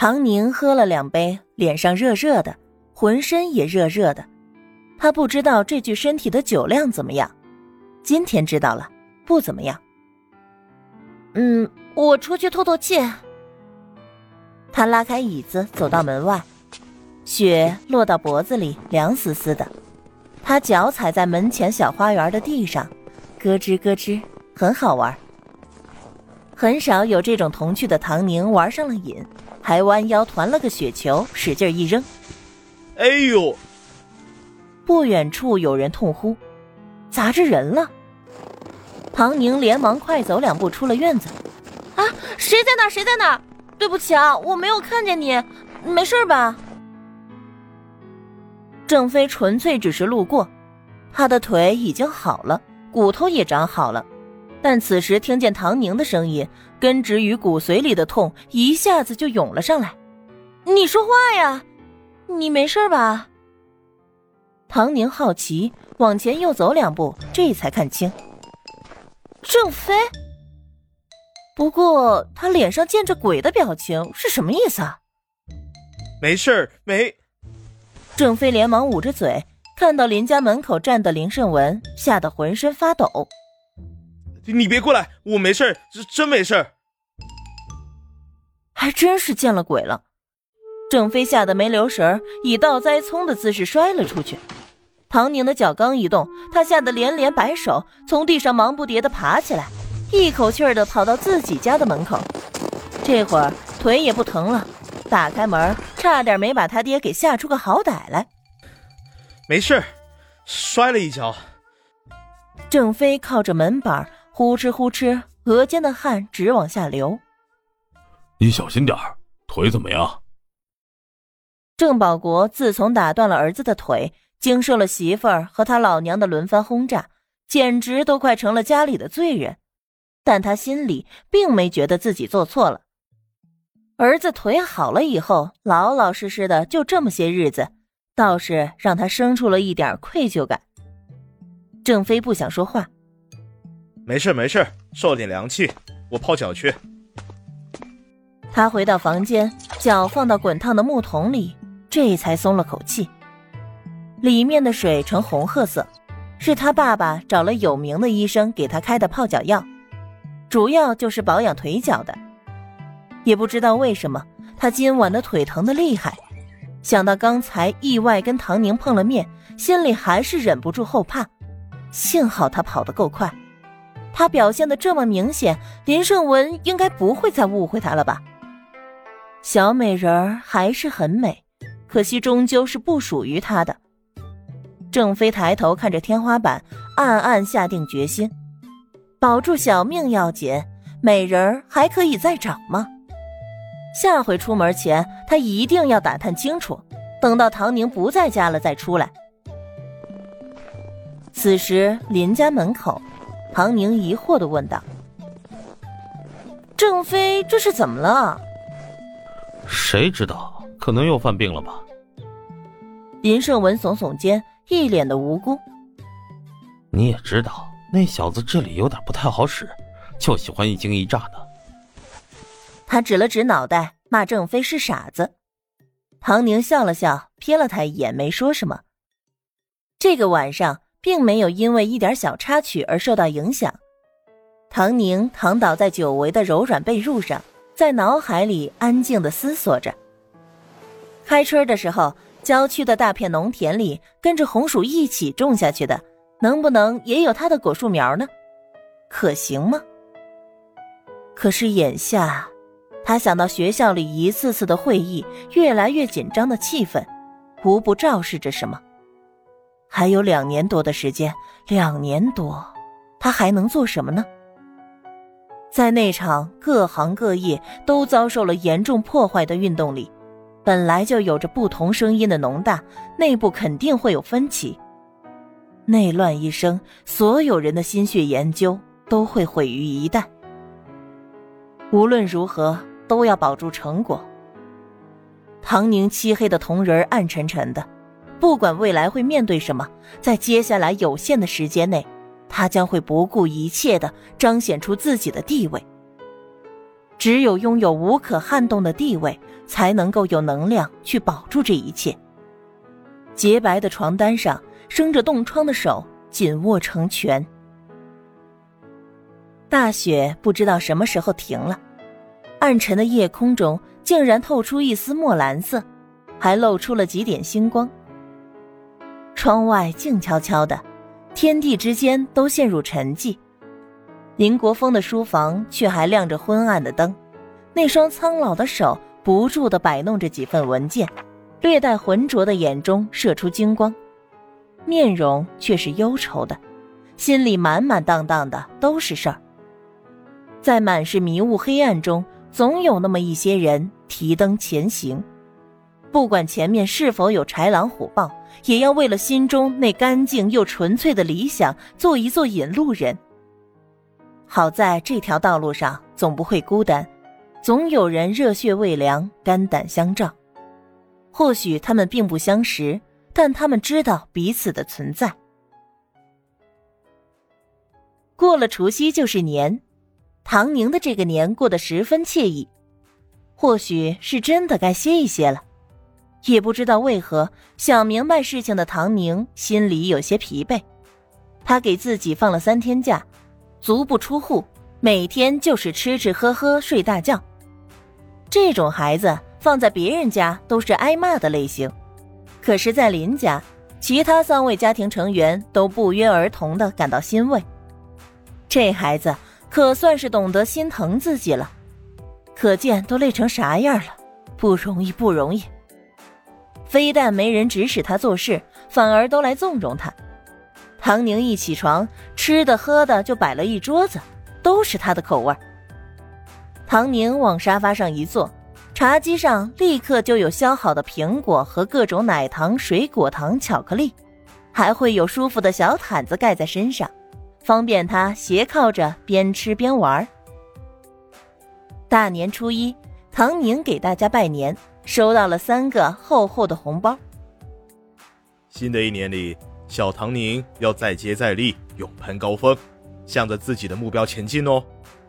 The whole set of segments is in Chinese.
唐宁喝了2杯，脸上热热的，浑身也热热的。他不知道这具身体的酒量怎么样，今天知道了，不怎么样。 我出去透透气。 他拉开椅子走到门外，雪落到脖子里，凉丝丝的。他脚踩在门前小花园的地上，咯吱咯吱，很好玩。很少有这种童趣的唐宁玩上了瘾，还弯腰团了个雪球，使劲一扔。 哎呦！ 不远处有人痛呼，砸着人了。唐宁连忙快走2步出了院子。 啊，谁在那儿？谁在那儿？对不起啊，我没有看见你，没事吧？ 郑飞纯粹只是路过，他的腿已经好了，骨头也长好了，但此时听见唐宁的声音，根植于骨髓里的痛一下子就涌了上来。 你说话呀，你没事吧？ 唐宁好奇，往前又走2步，这才看清郑飞。 不过他脸上见着鬼的表情是什么意思啊？ 没事，没。 郑飞连忙捂着嘴，看到林家门口站的林胜文，吓得浑身发抖。 你别过来，我没事，真没事。 还真是见了鬼了。郑飞吓得没留神，以倒栽葱的姿势摔了出去。唐宁的脚刚一动，他吓得连连摆手，从地上忙不迭地爬起来，一口气儿地跑到自己家的门口。这会儿腿也不疼了，打开门，差点没把他爹给吓出个好歹来。 没事，摔了一跤。 郑飞靠着门板，呼哧呼哧，额间的汗直往下流。 你小心点儿，腿怎么样？ 郑保国自从打断了儿子的腿，经受了媳妇儿和他老娘的轮番轰炸，简直都快成了家里的罪人。但他心里并没觉得自己做错了。儿子腿好了以后，老老实实的就这么些日子，倒是让他生出了一点愧疚感。郑飞不想说话。 没事没事，受点凉气，我泡脚去。 他回到房间，脚放到滚烫的木桶里，这才松了口气。里面的水呈红褐色，是他爸爸找了有名的医生给他开的泡脚药，主要就是保养腿脚的。也不知道为什么，他今晚的腿疼得厉害，想到刚才意外跟唐宁碰了面，心里还是忍不住后怕。幸好他跑得够快，他表现得这么明显，林胜文应该不会再误会他了吧。小美人儿还是很美，可惜终究是不属于他的。郑飞抬头看着天花板，暗暗下定决心，保住小命要紧，美人儿还可以再找吗？下回出门前，他一定要打探清楚，等到唐宁不在家了再出来。此时林家门口，唐宁疑惑地问道：郑飞这是怎么了？ 谁知道，可能又犯病了吧。 林胜文耸耸肩，一脸的无辜。 你也知道，那小子这里有点不太好使，就喜欢一惊一乍的。 他指了指脑袋，骂郑飞是傻子。唐宁笑了笑，瞥了他一眼，没说什么。这个晚上并没有因为一点小插曲而受到影响。唐宁躺倒在久违的柔软被褥上，在脑海里安静地思索着。开春的时候，郊区的大片农田里跟着红薯一起种下去的，能不能也有它的果树苗呢？可行吗？可是眼下，他想到学校里一次次的会议，越来越紧张的气氛，无不昭示着什么。还有2年多的时间，2年多，他还能做什么呢？在那场各行各业都遭受了严重破坏的运动里，本来就有着不同声音的农大，内部肯定会有分歧。内乱一生，所有人的心血研究都会毁于一旦。无论如何，都要保住成果。唐宁漆黑的瞳仁暗沉沉的，不管未来会面对什么，在接下来有限的时间内，他将会不顾一切地彰显出自己的地位。 只有拥有无可撼动的地位，才能够有能量去保住这一切。洁白的床单上，生着冻疮的手紧握成拳。大雪不知道什么时候停了，暗沉的夜空中竟然透出一丝墨蓝色，还露出了几点星光。窗外静悄悄的，天地之间都陷入沉寂。林国峰的书房却还亮着昏暗的灯，那双苍老的手不住地摆弄着几份文件，略带浑浊的眼中射出金光，面容却是忧愁的，心里满满当当的都是事儿。在满是迷雾黑暗中，总有那么一些人提灯前行，不管前面是否有豺狼虎豹，也要为了心中那干净又纯粹的理想做一做引路人。好在这条道路上总不会孤单，总有人热血未凉，肝胆相照。或许他们并不相识，但他们知道彼此的存在。过了除夕就是年，唐宁的这个年过得十分惬意，或许是真的该歇一歇了。也不知道为何，想明白事情的唐宁心里有些疲惫。他给自己放了3天假，足不出户，每天就是吃吃喝喝睡大觉。这种孩子放在别人家都是挨骂的类型，可是在林家，其他3位家庭成员都不约而同地感到欣慰。这孩子可算是懂得心疼自己了，可见都累成啥样了，不容易不容易。非但没人指使他做事，反而都来纵容他。唐宁一起床，吃的喝的就摆了一桌子，都是他的口味。唐宁往沙发上一坐，茶几上立刻就有削好的苹果和各种奶糖、水果糖、巧克力，还会有舒服的小毯子盖在身上，方便他斜靠着边吃边玩。大年初一，唐宁给大家拜年，收到了3个厚厚的红包。 新的一年里，小唐宁要再接再厉，勇攀高峰，向着自己的目标前进哦。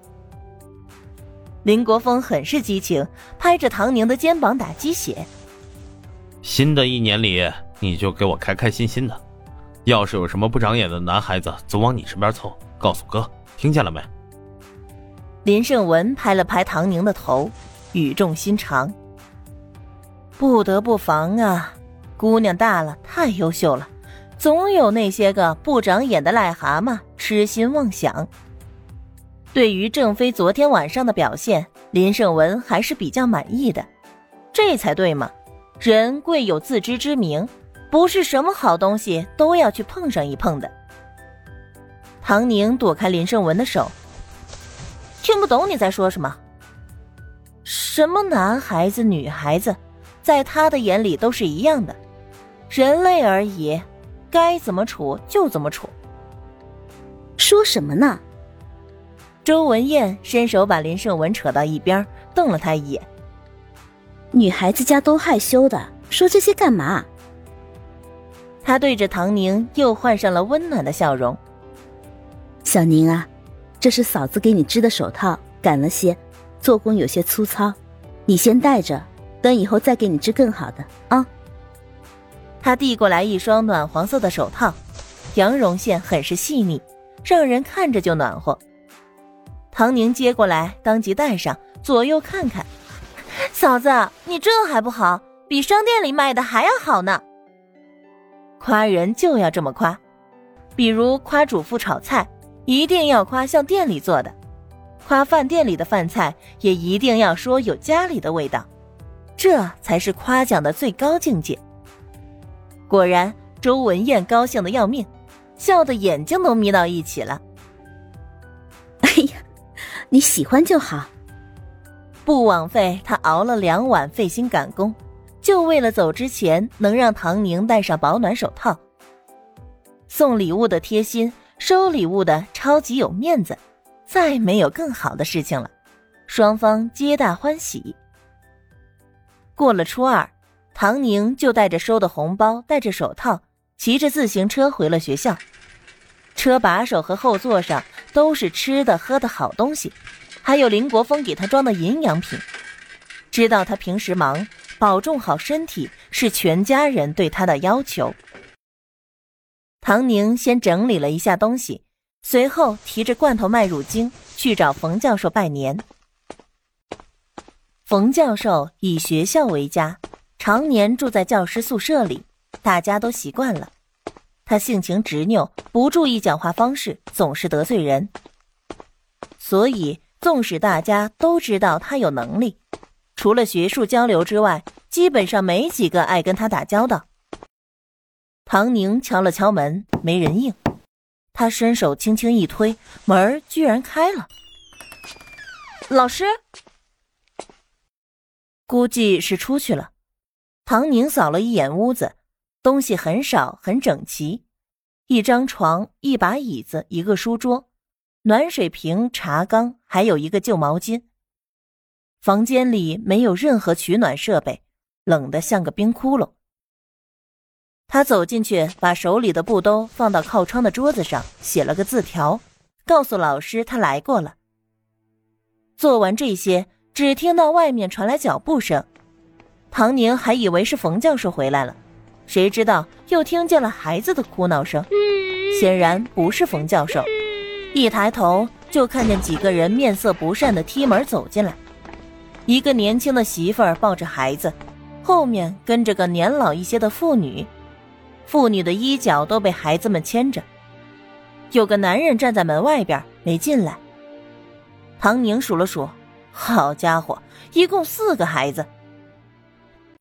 林国峰很是激情，拍着唐宁的肩膀打鸡血。 新的一年里，你就给我开开心心的，要是有什么不长眼的男孩子总往你身边凑，告诉哥，听见了没？ 林胜文拍了拍唐宁的头，语重心长。不得不防啊，姑娘大了，太优秀了，总有那些个不长眼的癞蛤蟆痴心妄想。对于郑飞昨天晚上的表现，林胜文还是比较满意的，这才对嘛，人贵有自知之明，不是什么好东西都要去碰上一碰的。唐宁躲开林胜文的手，听不懂你在说什么。什么男孩子女孩子，在他的眼里都是一样的，人类而已，该怎么处就怎么处。 说什么呢？ 周文燕伸手把林胜文扯到一边，瞪了他一眼。 女孩子家都害羞的，说这些干嘛？ 他对着唐宁又换上了温暖的笑容。 小宁啊，这是嫂子给你织的手套，赶了些，做工有些粗糙，你先戴着，等以后再给你织更好的啊。 他递过来一双暖黄色的手套，羊绒线很是细腻，让人看着就暖和。唐宁接过来，当即戴上，左右看看。嫂子，你这还不好，比商店里卖的还要好呢。夸人就要这么夸，比如夸主妇炒菜，一定要夸像店里做的；夸饭店里的饭菜，也一定要说有家里的味道，这才是夸奖的最高境界。果然，周文燕高兴得要命，笑得眼睛都眯到一起了。 哎呀，你喜欢就好。 不枉费他熬了2晚费心赶工，就为了走之前能让唐宁戴上保暖手套。送礼物的贴心，收礼物的超级有面子，再没有更好的事情了，双方皆大欢喜。过了初2，唐宁就带着收的红包，带着手套，骑着自行车回了学校。车把手和后座上都是吃的喝的好东西， 还有林国峰给他装的营养品。知道他平时忙，保重好身体是全家人对他的要求。唐宁先整理了一下东西，随后提着罐头麦乳精去找冯教授拜年。冯教授以学校为家，常年住在教师宿舍里，大家都习惯了。他性情执拗，不注意讲话方式，总是得罪人。所以纵使大家都知道他有能力，除了学术交流之外，基本上没几个爱跟他打交道。唐宁敲了敲门，没人应。他伸手轻轻一推，门居然开了。老师？估计是出去了。唐宁扫了一眼屋子，东西很少，很整齐。一张床，一把椅子，一个书桌，暖水瓶、茶缸，还有一个旧毛巾。房间里没有任何取暖设备，冷得像个冰窟窿。他走进去，把手里的布兜放到靠窗的桌子上，写了个字条，告诉老师他来过了。做完这些，只听到外面传来脚步声。唐宁还以为是冯教授回来了，谁知道又听见了孩子的哭闹声，显然不是冯教授。一抬头就看见几个人面色不善地踢门走进来，一个年轻的媳妇儿抱着孩子，后面跟着个年老一些的妇女，妇女的衣角都被孩子们牵着。有个男人站在门外边没进来。唐宁数了数，好家伙，一共4个孩子。